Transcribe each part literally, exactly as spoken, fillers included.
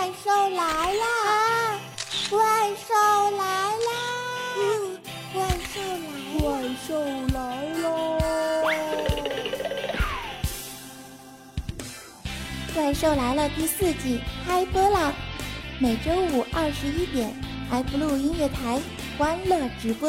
怪兽来啦！怪兽来啦！嗯，怪兽来，怪兽来喽！怪兽来了第四季开播啦！每周五二十一点 ，iBlue 音乐台欢乐直播。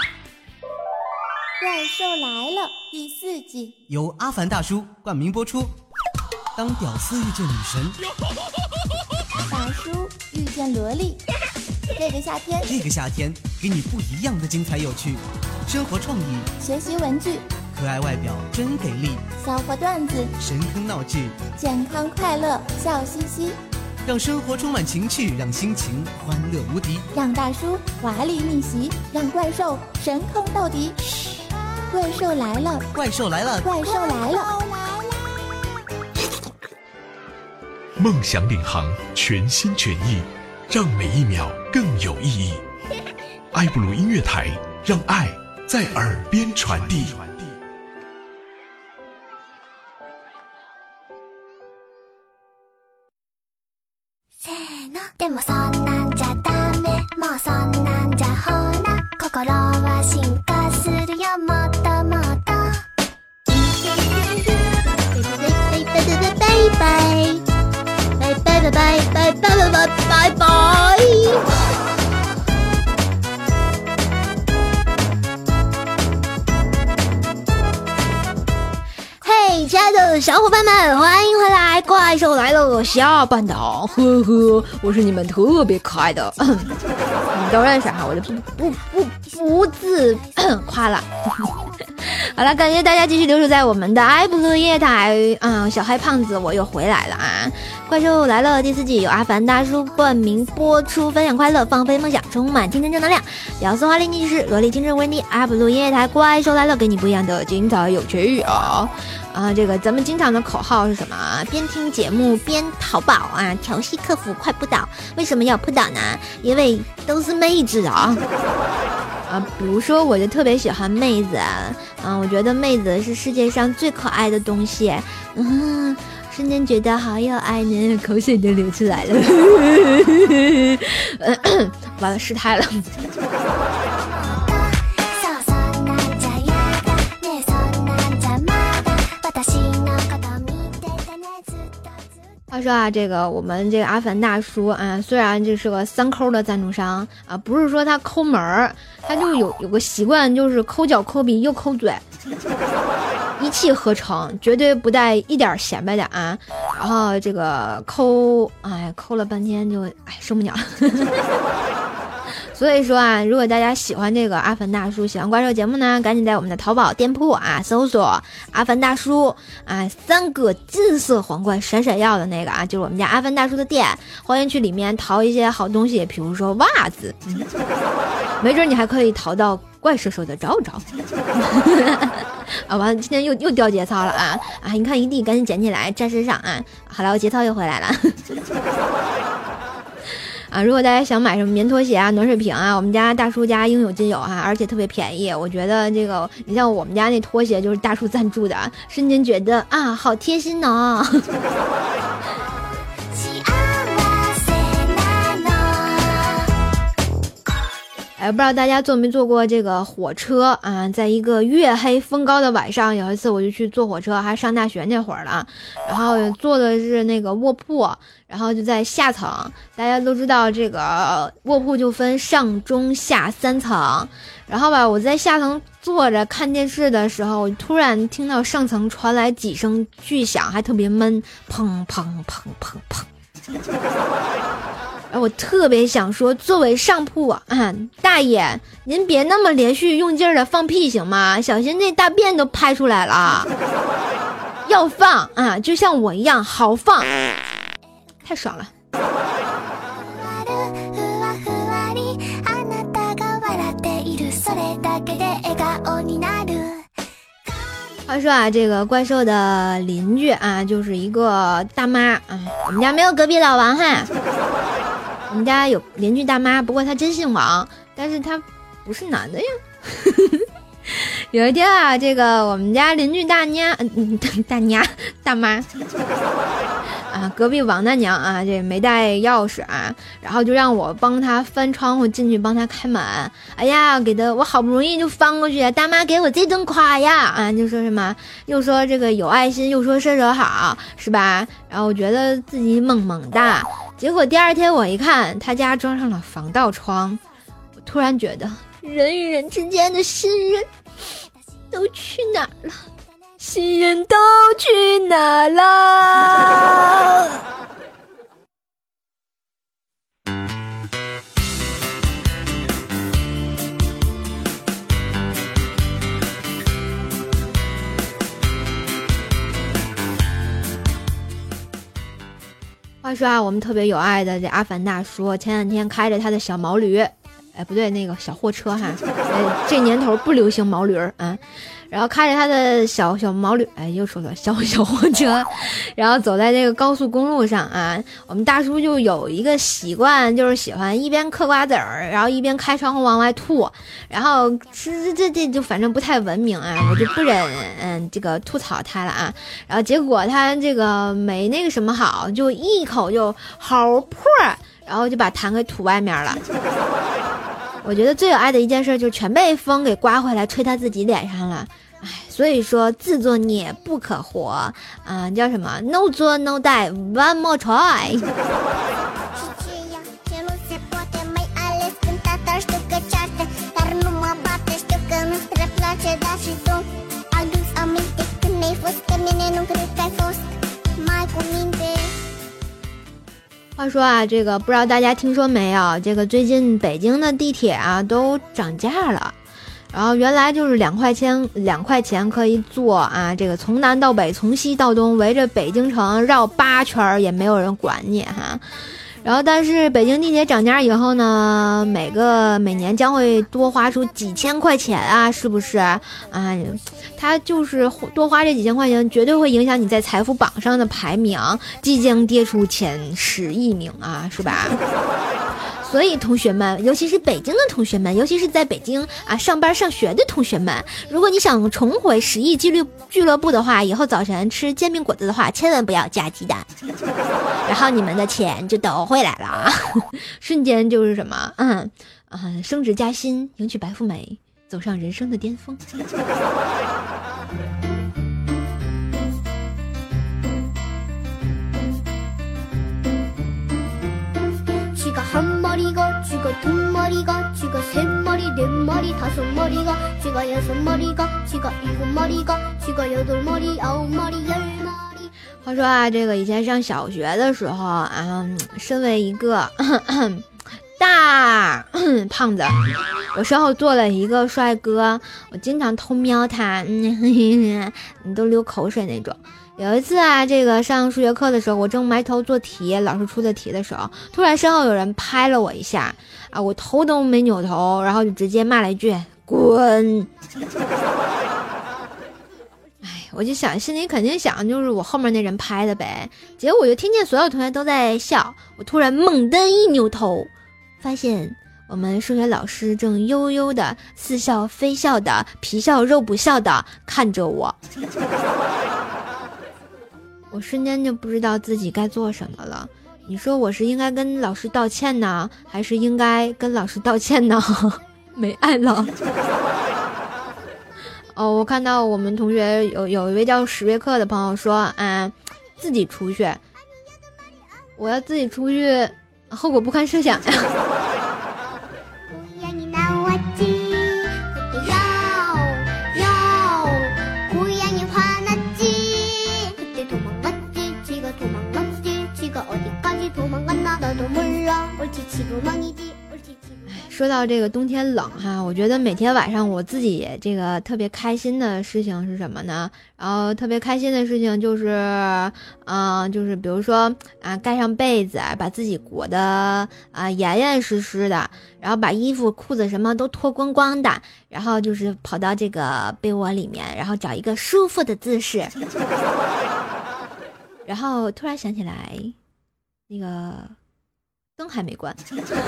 怪兽来了第四季由阿凡大叔冠名播出。当屌丝遇见女神， 大叔遇见萝莉，这个夏天， 这个夏天给你不一样的精彩有趣，生活创意， 学习文具， 可爱外表真给力， 笑话段子， 神坑闹剧， 健康快乐笑嘻嘻， 让生活充满情趣，让心情欢乐无敌， 让大叔华丽逆袭，让怪兽神坑到底。怪兽来了， 怪兽来了， 怪兽来了！ 梦想领航，全心全意，让每一秒更有意义。爱布鲁音乐台，让爱在耳边传递。 せーの、でもそんなんじゃダメ、もうそんなんじゃほら、心は進化するよ、もっともっと。バイバイバイバイバイバイバイバイバイバイバイ。嘿，亲爱的小伙伴们，欢迎回来！怪兽来了下半档，呵呵，我是你们特别可爱的，你们都认识哈，我就不不不不自夸了。好了，感谢大家继续留守在我们的爱布鲁音乐台啊、嗯！小嗨胖子我又回来了啊！怪兽来了第四季由阿凡大叔冠名播出，分享快乐，放飞梦想，充满青春正能量。屌丝华丽逆势，萝莉精神温妮，爱布鲁音乐台怪兽来了，给你不一样的精彩有趣啊！啊，这个咱们经常的口号是什么？边听节目边淘宝啊，调戏客服快扑倒！为什么要扑倒呢？因为都是妹子啊！啊，比如说我就特别喜欢妹子，啊，我觉得妹子是世界上最可爱的东西，嗯，瞬间觉得好有爱呢，口水都流出来了，完了失态了。话说啊，这个我们这个阿凡大叔啊，虽然这是个三抠的赞助商啊，不是说他抠门儿，他就有有个习惯，就是抠脚、抠鼻又抠嘴，一气呵成，绝对不带一点闲白的啊。然后这个抠，哎，抠了半天就哎受不了。所以说啊，如果大家喜欢这个阿凡大叔，喜欢怪兽节目呢，赶紧在我们的淘宝店铺啊搜索阿凡大叔啊，三个金色皇冠闪闪耀的那个啊，就是我们家阿凡大叔的店，欢迎去里面淘一些好东西，比如说袜子，嗯、没准你还可以淘到怪兽兽的罩罩。啊，完了，今天又又掉节操了啊啊！你看一地，赶紧捡起来站身上啊！好了，我节操又回来了。啊，如果大家想买什么棉拖鞋啊、暖水瓶啊，我们家大叔家应有尽有哈、啊，而且特别便宜。我觉得这个，你像我们家那拖鞋就是大叔赞助的，瞬间觉得啊，好贴心呢。哎，不知道大家坐没坐过这个火车啊？在一个月黑风高的晚上，有一次我就去坐火车，还上大学那会儿了，然后坐的是那个卧铺，然后就在下层。大家都知道这个卧铺就分上中下三层，然后吧，我在下层坐着看电视的时候，我突然听到上层传来几声巨响，还特别闷，砰砰砰砰砰。我特别想说，作为上铺啊，大爷，您别那么连续用劲儿的放屁行吗？小心那大便都拍出来了。要放啊，就像我一样好放，太爽了。话说啊，这个怪兽的邻居啊，就是一个大妈啊，我们家没有隔壁老王哈。我们家有邻居大妈，不过她真姓王，但是她不是男的呀。有一天啊，这个我们家邻居大娘，嗯，大娘大妈啊， 啊，隔壁王大娘啊，这没带钥匙啊，然后就让我帮她翻窗户进去帮她开门。哎呀，给她我好不容易就翻过去，大妈给我这顿夸呀啊，就说什么又说这个有爱心，又说射手好，是吧？然后我觉得自己萌萌哒。结果第二天我一看，他家装上了防盗窗，我突然觉得人与人之间的信任都去哪儿了？信任都去哪了？话说啊，我们特别有爱的这阿凡大叔，前两天开着他的小毛驴，哎，不对，那个小货车哈，哎，这年头不流行毛驴儿啊。然后开着他的小小毛驴，哎，又说了小小货车，然后走在这个高速公路上啊，我们大叔就有一个习惯，就是喜欢一边嗑瓜子儿，然后一边开窗户往外吐，然后这这这就反正不太文明啊，我就不忍嗯这个吐槽他了啊。然后结果他这个没那个什么好，就一口就好破，然后就把痰给吐外面了。我觉得最有爱的一件事就是全被风给刮回来吹他自己脸上了。哎，所以说自作孽不可活啊、呃，叫什么 ？No 作 No die one more try。话说啊，这个不知道大家听说没有？这个最近北京的地铁啊都涨价了。然后原来就是两块钱，两块钱可以坐啊，这个从南到北，从西到东，围着北京城绕八圈也没有人管你哈。然后但是北京地铁涨价以后呢，每个每年将会多花出几千块钱啊，是不是啊？它就是多花这几千块钱，绝对会影响你在财富榜上的排名，即将跌出前十亿名啊，是吧？所以同学们，尤其是北京的同学们，尤其是在北京啊上班上学的同学们，如果你想重回十亿纪律俱乐部的话，以后早晨吃煎饼果子的话，千万不要加鸡蛋，然后你们的钱就都回来了，瞬间就是什么，嗯嗯，升职加薪，迎娶白富美，走上人生的巅峰。话说啊，这个以前上小学的时候啊，身为一个咳咳大胖子，我身后坐了一个帅哥，我经常偷瞄他，嗯，你都流口水那种。有一次啊，这个上数学课的时候，我正埋头做题，老师出的题的时候，突然身后有人拍了我一下啊，我头都没扭头，然后就直接骂了一句滚。哎，我就想心里肯定想就是我后面那人拍的呗，结果我就听见所有同学都在笑，我突然猛地一扭头，发现我们数学老师正悠悠的似笑非笑的皮笑肉不笑的看着我。我瞬间就不知道自己该做什么了。你说我是应该跟老师道歉呢，还是应该跟老师道歉呢？没爱了。哦，我看到我们同学有有一位叫史瑞克的朋友说，啊，自己出去，我要自己出去，后果不堪设想呀。说到这个冬天冷哈，我觉得每天晚上我自己这个特别开心的事情是什么呢？然后特别开心的事情就是，嗯、呃，就是比如说啊，盖上被子，把自己裹得啊严严实实的，然后把衣服、裤子什么都脱光光的，然后就是跑到这个被窝里面，然后找一个舒服的姿势，然后突然想起来，那个灯还没关。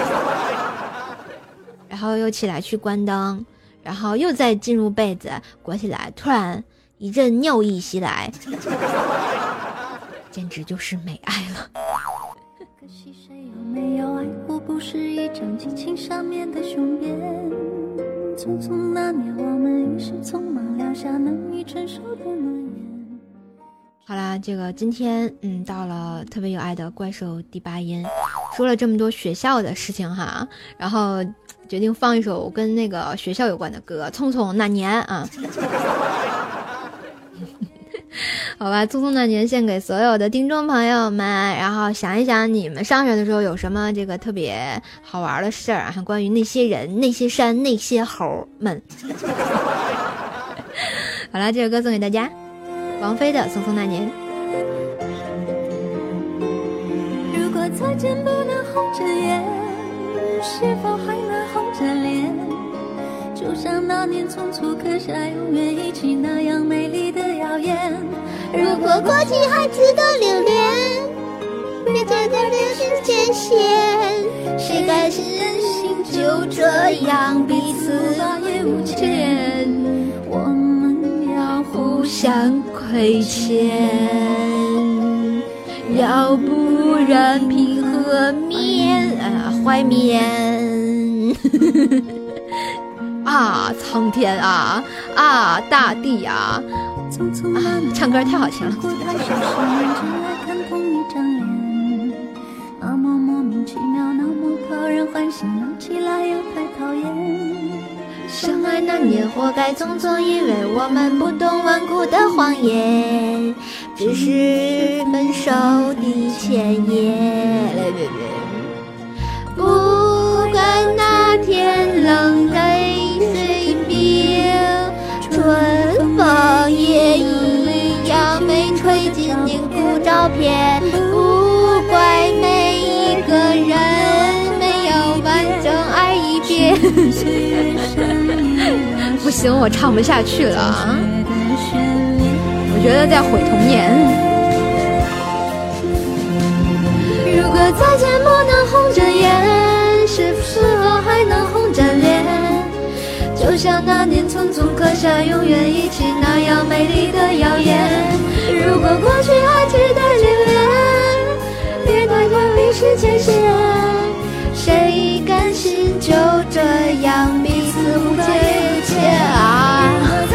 然后又起来去关灯，然后又再进入被子裹起来，突然一阵尿意袭来， 简直就是美爱了。 可惜谁有没有爱过，不是一张激情上面的雄辩。匆匆那年，我们一时匆忙撂下难以承受的诺言。 好啦，这个今天嗯到了特别有爱的怪兽第八音，说了这么多学校的事情哈，然后决定放一首跟那个学校有关的歌，《匆匆那年》啊。好吧，匆匆那年献给所有的听众朋友们，然后想一想你们上学的时候有什么这个特别好玩的事儿啊，关于那些人、那些山、那些猴们。好了，这首歌送给大家，王菲的《匆匆那年》。 如果再见不能红着眼，是否还能红着脸？就像那年匆促刻下永远一起那样美丽的谣言。 如果过去还值得留恋，别觉得人世间险，谁甘心任性就这样彼此也无牵？ 我们要互相亏欠，要不然凭何面啊怀缅？啊，苍天啊啊，大地啊！啊，唱歌太好听了。 那么莫名其妙，那么讨人欢喜，闹起来又太讨厌。 相爱那年活该匆匆，因为我们不懂顽固的谎言，只是分手的前夜。不管那天冷泪碎冰，春风也一样没吹进凝固照片，不怪每一个人没有完整爱一遍。 不行，我唱不下去了啊！我觉得在毁童年。 如果再见不能红着眼，是否还能红着脸？就像那年匆匆刻下永远一起那样美丽的谣言。如果过去还值得留恋，别太过历史前嫌，谁甘心就这样彼此无亏欠啊？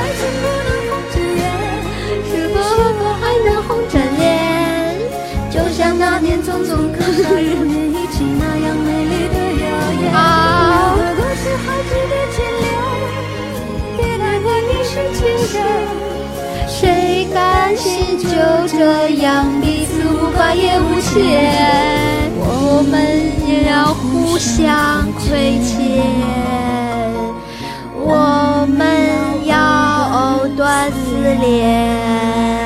是否还能红着脸？就像那年匆匆刻下永远一起那样美丽的谣言。啊，如果过去还值得眷恋，别太过历史前嫌，谁甘心就这样彼此无挂也无牵？我们也要互相亏欠，我们要藕断丝连。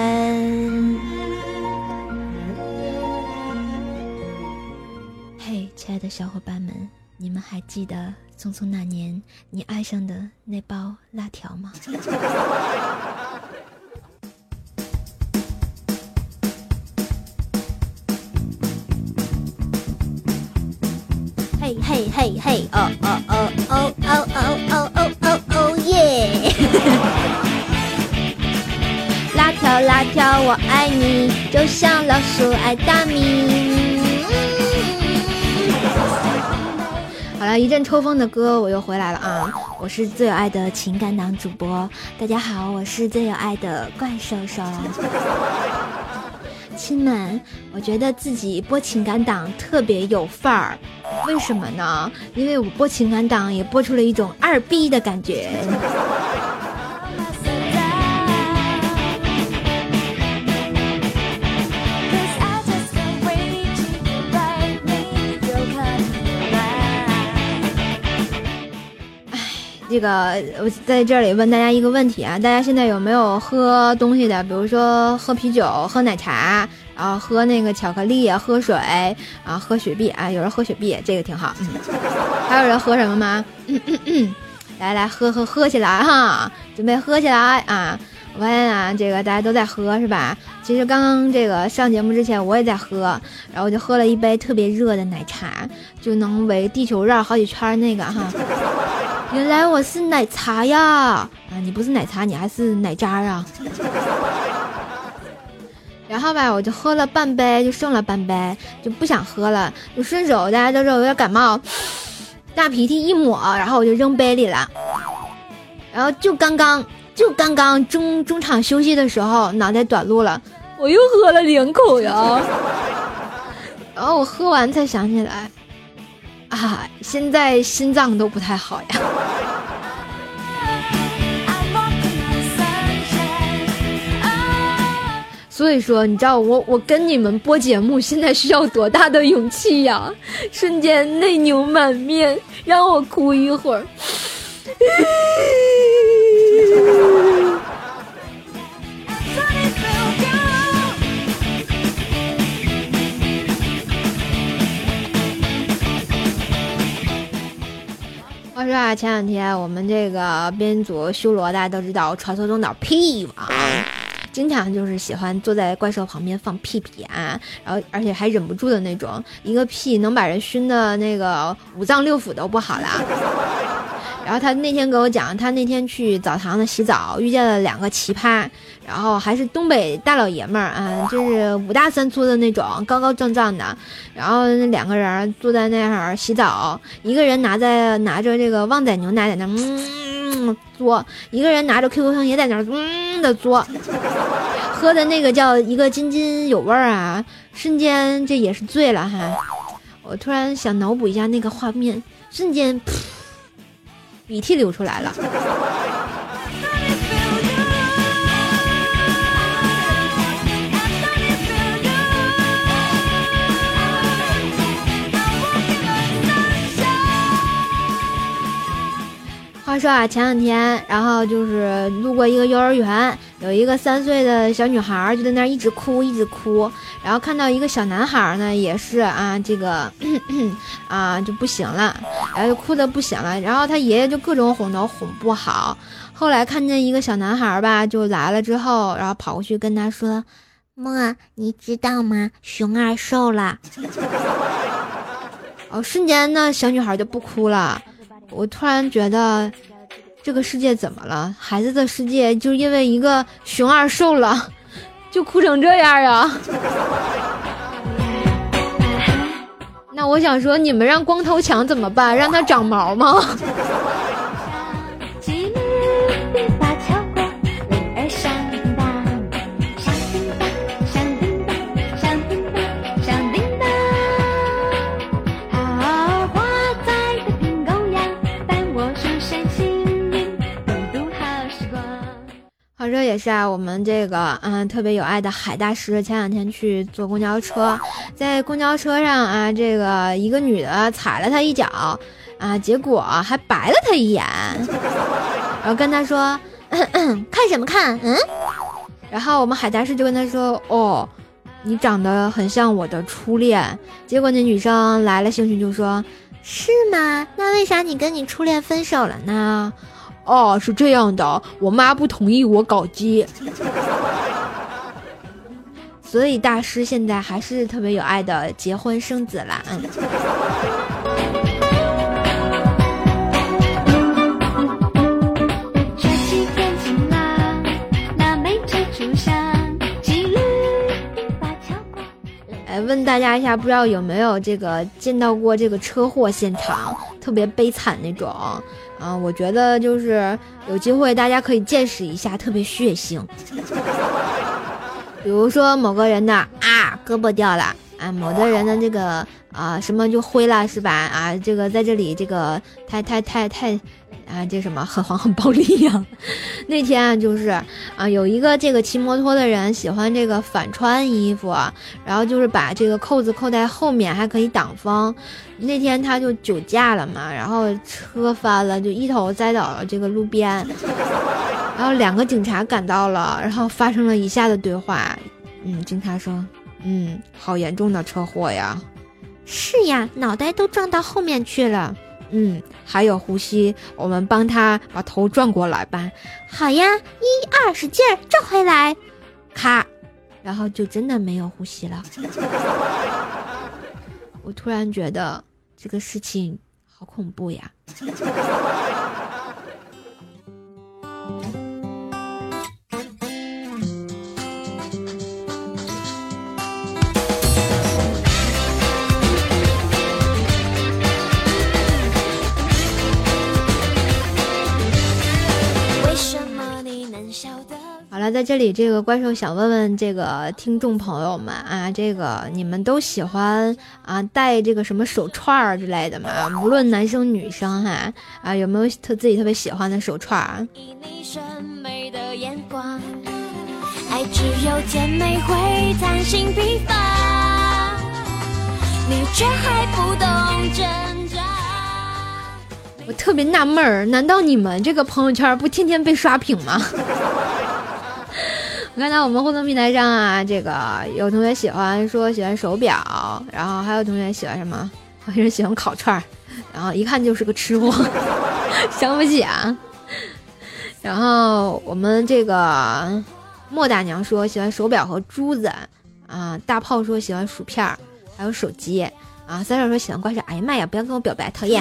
嘿，亲爱的小伙伴们，你们还记得匆匆那年你爱上的那包辣条吗？ 嘿嘿嘿嘿，哦哦哦哦哦哦哦哦哦哦耶！辣条辣条我爱你，就像老鼠爱大米。 好了，一阵抽风的歌，我又回来了啊！我是最有爱的情感党主播，大家好，我是最有爱的怪兽兽。亲们，我觉得自己播情感党特别有范儿，为什么呢？因为我播情感党也播出了一种二逼的感觉。这个我在这里问大家一个问题啊，大家现在有没有喝东西的？比如说喝啤酒、喝奶茶，然后喝那个巧克力、喝水啊，喝雪碧啊，有人喝雪碧，这个挺好。嗯，还有人喝什么吗？嗯嗯嗯，来来喝喝喝起来哈，准备喝起来啊！我发现啊，这个大家都在喝是吧？其实刚刚这个上节目之前我也在喝，然后我就喝了一杯特别热的奶茶，就能围地球绕好几圈那个哈。原来我是奶茶呀！啊，你不是奶茶，你还是奶渣啊！ 然后吧，我就喝了半杯，就剩了半杯，就不想喝了，就顺手，大家都知道我有点感冒，大鼻涕一抹，然后我就扔杯里了。然后就刚刚就刚刚中中场休息的时候，脑袋短路了，我又喝了两口呀。然后我喝完才想起来，啊，现在心脏都不太好呀。所以说，你知道我我跟你们播节目现在需要多大的勇气呀！瞬间泪流满面，让我哭一会儿。话说啊，前两天我们这个编组修罗，大家都知道传说中的屁王。经常就是喜欢坐在怪兽旁边放屁屁啊，然后而且还忍不住的那种，一个屁能把人熏的那个五脏六腑都不好了。然后他那天跟我讲，他那天去澡堂子洗澡，遇见了两个奇葩，然后还是东北大老爷们儿啊，就是五大三粗的那种，高高壮壮的。然后那两个人坐在那儿洗澡，一个人拿在拿着这个旺仔牛奶在那嗯嘬，一个人拿着 Q Q 糖也在那嗯的嘬，喝的那个叫一个津津有味儿啊，瞬间这也是醉了哈。我突然想脑补一下那个画面，瞬间噗鼻涕流出来了。话说啊，前两天，然后就是路过一个幼儿园，有一个三岁的小女孩就在那儿一直哭，一直哭。然后看到一个小男孩呢，也是啊，这个咳咳啊就不行了，然后就哭得不行了。然后他爷爷就各种哄都哄不好。后来看见一个小男孩吧，就来了之后，然后跑过去跟他说：“ 莫，你知道吗？熊二瘦了。” 哦，瞬间呢，小女孩就不哭了。我突然觉得这个世界怎么了？孩子的世界就因为一个熊二瘦了就哭成这样啊。那我想说，你们让光头强怎么办？让他长毛吗？话说也是啊，我们这个嗯特别有爱的海大师前两天去坐公交车，在公交车上啊，这个一个女的踩了他一脚啊，结果还白了他一眼，然后跟他说咳咳看什么看嗯，然后我们海大师就跟他说，哦，你长得很像我的初恋。结果那女生来了兴趣就说， 是吗？那为啥你跟你初恋分手了呢？ 哦，是这样的，我妈不同意我搞基。所以大师现在还是特别有爱的结婚生子啦。嗯。哎，问大家一下，不知道有没有这个见到过这个车祸现场特别悲惨那种？啊，我觉得就是有机会大家可以见识一下，特别血腥。比如说某个人的啊胳膊掉了啊，某个人的这个啊什么就灰了是吧？啊，这个在这里这个太太太太啊这什么很黄很暴力呀、啊。那天啊就是啊有一个这个骑摩托的人喜欢这个反穿衣服，然后就是把这个扣子扣在后面还可以挡风。那天他就酒驾了嘛，然后车翻了，就一头栽倒了这个路边。然后两个警察赶到了，然后发生了以下的对话。嗯，警察说，嗯，好严重的车祸呀。 是呀，脑袋都撞到后面去了。 嗯，还有呼吸，我们帮他把头转过来吧。 好呀，一二使劲儿转回来， 咔，然后就真的没有呼吸了。我突然觉得这个事情好恐怖呀。 在这里，这个怪兽想问问这个听众朋友们啊，这个你们都喜欢啊戴这个什么手串之类的吗？无论男生女生哈啊，有没有特自己特别喜欢的手串？ 你审美的眼光，爱只有甜美会贪心疲乏，你却还不懂挣扎。 我特别纳闷儿，难道你们这个朋友圈不天天被刷屏吗？我看到我们互动平台上啊，这个有同学喜欢说喜欢手表，然后还有同学喜欢什么？好像是喜欢烤串，然后一看就是个吃货，想不起啊。然后我们这个莫大娘说喜欢手表和珠子啊，大炮说喜欢薯片，还有手机啊，三少说喜欢挂饰。哎呀妈呀，不要跟我表白，讨厌。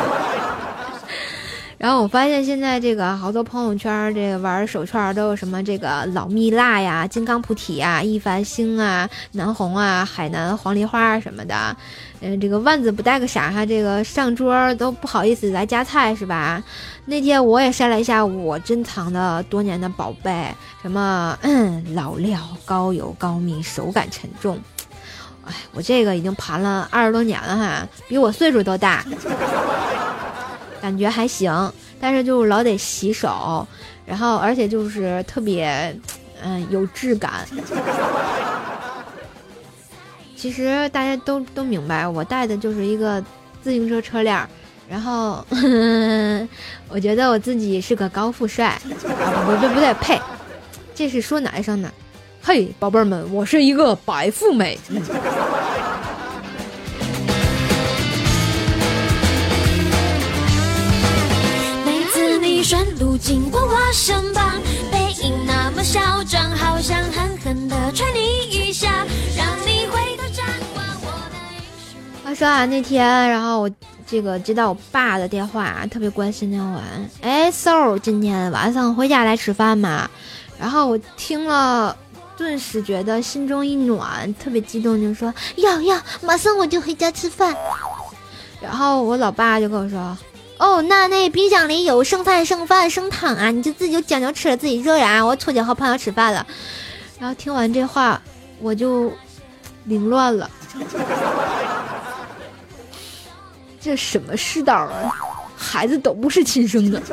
然后我发现现在这个好多朋友圈这个玩手串都有什么这个老蜜蜡呀、金刚菩提呀、一繁星啊、南红啊、海南黄梨花什么的。嗯，这个腕子不带个啥哈，这个上桌都不好意思来夹菜是吧？那天我也晒了一下我珍藏的多年的宝贝，什么嗯老料高油高密，手感沉重。哎，我这个已经盘了二十多年了哈，比我岁数都大。感觉还行，但是就老得洗手，然后而且就是特别嗯有质感。其实大家都都明白，我带的就是一个自行车车链，然后呵呵我觉得我自己是个高富帅啊，不不不对，呸，这是说男生呢。嘿，宝贝儿们，我是一个白富美。 顺路经过我身旁，背影那么嚣张，好想狠狠地踹你一下，让你回头张望我的眼神。 话说啊，那天然后我这个接到我爸的电话，特别关心的问，哎，So 今天晚上回家来吃饭吗？然后我听了顿时觉得心中一暖，特别激动，就说要要，马上我就回家吃饭。 然后我老爸就跟我说， 哦，那那冰箱里有剩饭剩饭剩汤啊，你就自己就将就吃了，自己热啊，我出去和朋友吃饭了。 然后听完这话我就凌乱了，这什么世道啊，孩子都不是亲生的。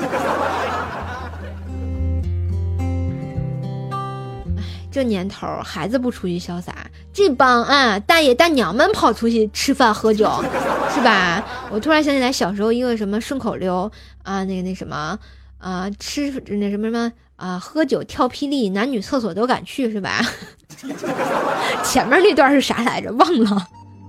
这年头孩子不出去潇洒，这帮啊大爷大娘们跑出去吃饭喝酒，是吧？我突然想起来小时候一个什么顺口溜啊，那个那什么啊，吃那什么什么啊，喝酒跳霹雳，男女厕所都敢去，是吧？前面那段是啥来着？忘了。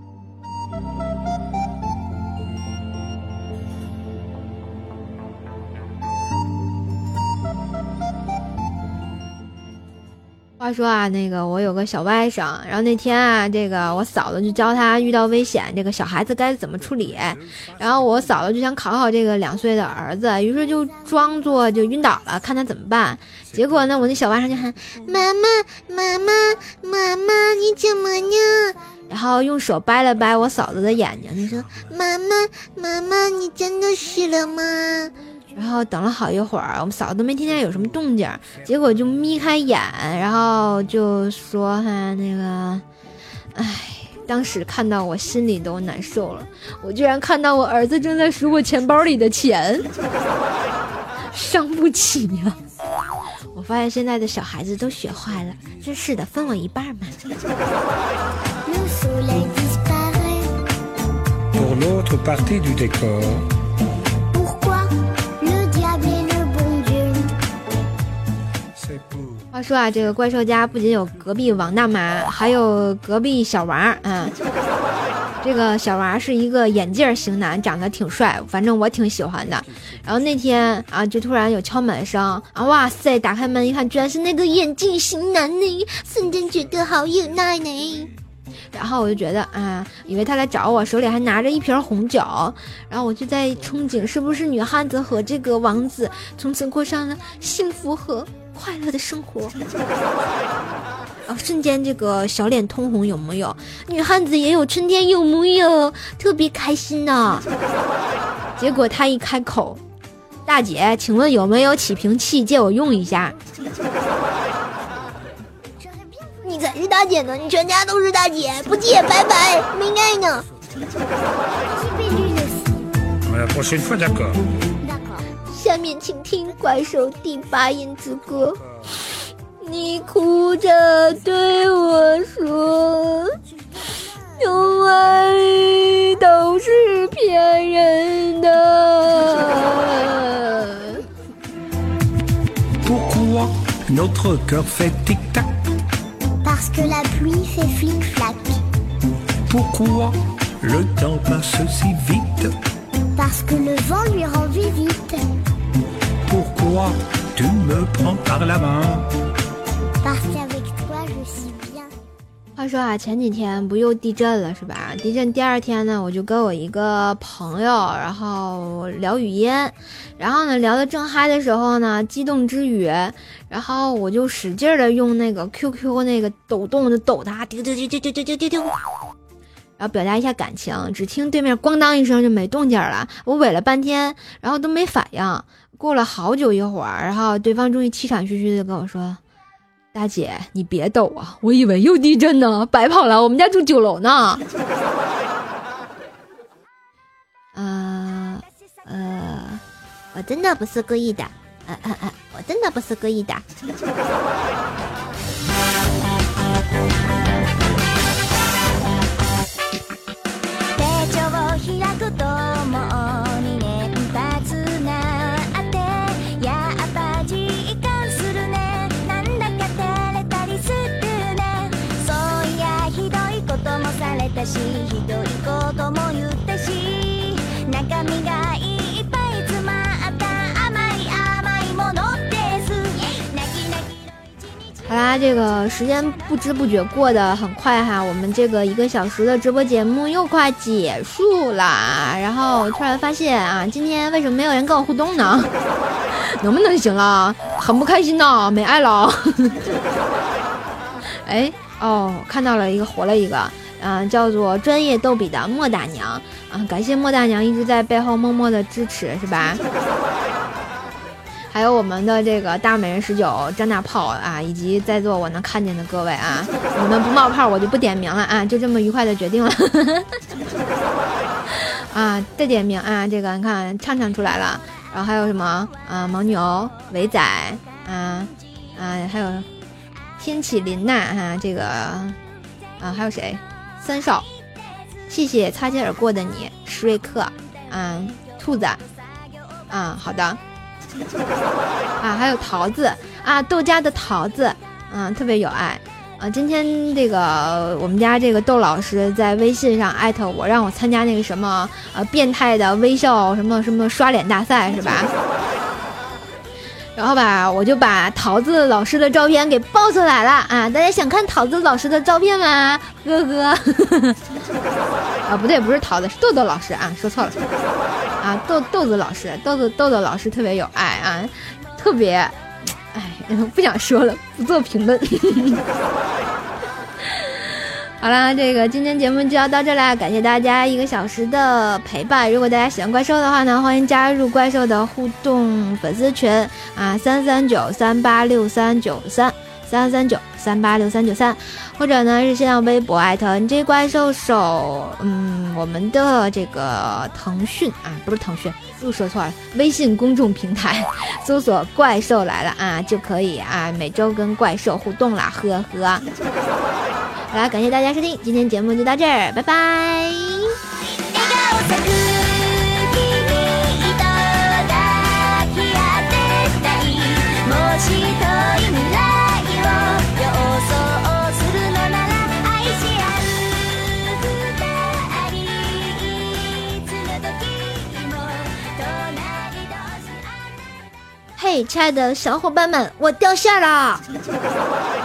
话说啊，那个我有个小外甥，然后那天啊，这个我嫂子就教他遇到危险，这个小孩子该怎么处理。然后我嫂子就想考考这个两岁的儿子，于是就装作就晕倒了，看他怎么办。结果呢，我那小外甥就喊妈妈妈妈妈妈，你怎么呢？ 然后用手掰了掰我嫂子的眼睛，你说妈妈妈妈，你真的死了吗？ 然后等了好一会儿，我们嫂子都没听见有什么动静，结果就眯开眼，然后就说哈那个，哎，当时看到我心里都难受了，我居然看到我儿子正在数我钱包里的钱，伤不起呀！我发现现在的小孩子都学坏了，真是的，分我一半嘛。 Pour l'autre partie du décor. 话说啊，这个怪兽家不仅有隔壁王大妈，还有隔壁小王啊。这个小王是一个眼镜型男，长得挺帅，反正我挺喜欢的。然后那天啊，就突然有敲门声啊，哇塞！打开门一看，居然是那个眼镜型男呢，瞬间觉得好有耐呢。然后我就觉得啊，以为他来找我，手里还拿着一瓶红酒，然后我就在憧憬，是不是女汉子和这个王子从此过上了幸福和快乐的生活。啊，瞬间这个小脸通红，有木有？女汉子也有春天，有木有？特别开心呢。结果他一开口，大姐，请问有没有起瓶器借我用一下？ 才是大姐呢，你全家都是大姐，不借拜拜，没爱呢。 La prochaine fois, d'accord. 下面请听怪兽第八音之歌。你哭着对我说，有爱都是骗人的。 Pourquoi notre cœur fait tic-tac? Parce que la pluie fait flic-flac. Pourquoi le temps passe si vite? Parce que le vent lui rend visite. Pourquoi tu me prends par la main? Parce qu'avec toi je suis bien. 话说啊，前几天不又地震了是吧？地震第二天呢，我就跟我一个朋友，然后聊语音，然后呢聊得正嗨的时候呢，激动之余，然后我就使劲的用那个 Q Q 那个抖动的抖它，丢丢丢丢丢丢丢丢丢，然后表达一下感情。只听对面咣当一声就没动静了，我喂了半天，然后都没反应。过了好久一会儿，然后对方终于气喘吁吁的跟我说，大姐你别抖啊，我以为又地震呢，白跑了，我们家住九楼呢。 呃呃我真的不是故意的，呃呃呃我真的不是故意的。 好啦，这个时间不知不觉过得很快哈，我们这个一个小时的直播节目又快结束啦。然后突然发现啊，今天为什么没有人跟我互动呢？能不能行了？很不开心呢，没爱了。哎，哦，看到了一个，活了一个，嗯、呃，叫做专业逗比的莫大娘啊，感谢莫大娘一直在背后默默的支持，是吧？还有我们的这个大美人十九张大炮啊，以及在座我能看见的各位啊，你们不冒泡我就不点名了啊，就这么愉快的决定了。啊，再点名啊，这个你看畅畅出来了，然后还有什么啊，牦牛、伟仔啊啊，还有天启林娜哈、啊，这个啊还有谁？三少，谢谢擦肩而过的你，史瑞克啊，兔子啊，好的。啊，还有桃子啊，豆家的桃子，嗯，特别有爱啊。今天这个我们家这个窦老师在微信上艾特我，让我参加那个什么呃变态的微笑什么什么刷脸大赛是吧？然后吧，我就把桃子老师的照片给爆出来了啊！大家想看桃子老师的照片吗？呵呵。啊，不对，不是桃子，是豆豆老师啊，说错了。啊，豆豆子老师，豆豆豆豆老师特别有爱啊，特别，哎，不想说了，不做评论。好啦，这个今天节目就要到这啦，感谢大家一个小时的陪伴。如果大家喜欢怪兽的话呢，欢迎加入怪兽的互动粉丝群啊，三三九三八六三九三。三三九三八六三九三，或者呢是新浪微博艾特 N J 怪兽手，嗯，我们的这个腾讯啊，不是腾讯，又说错了，微信公众平台搜索怪兽来了啊，就可以啊，每周跟怪兽互动啦，呵呵。好啦，感谢大家收听，今天节目就到这儿，拜拜。嘿，亲爱的小伙伴们，我掉线了。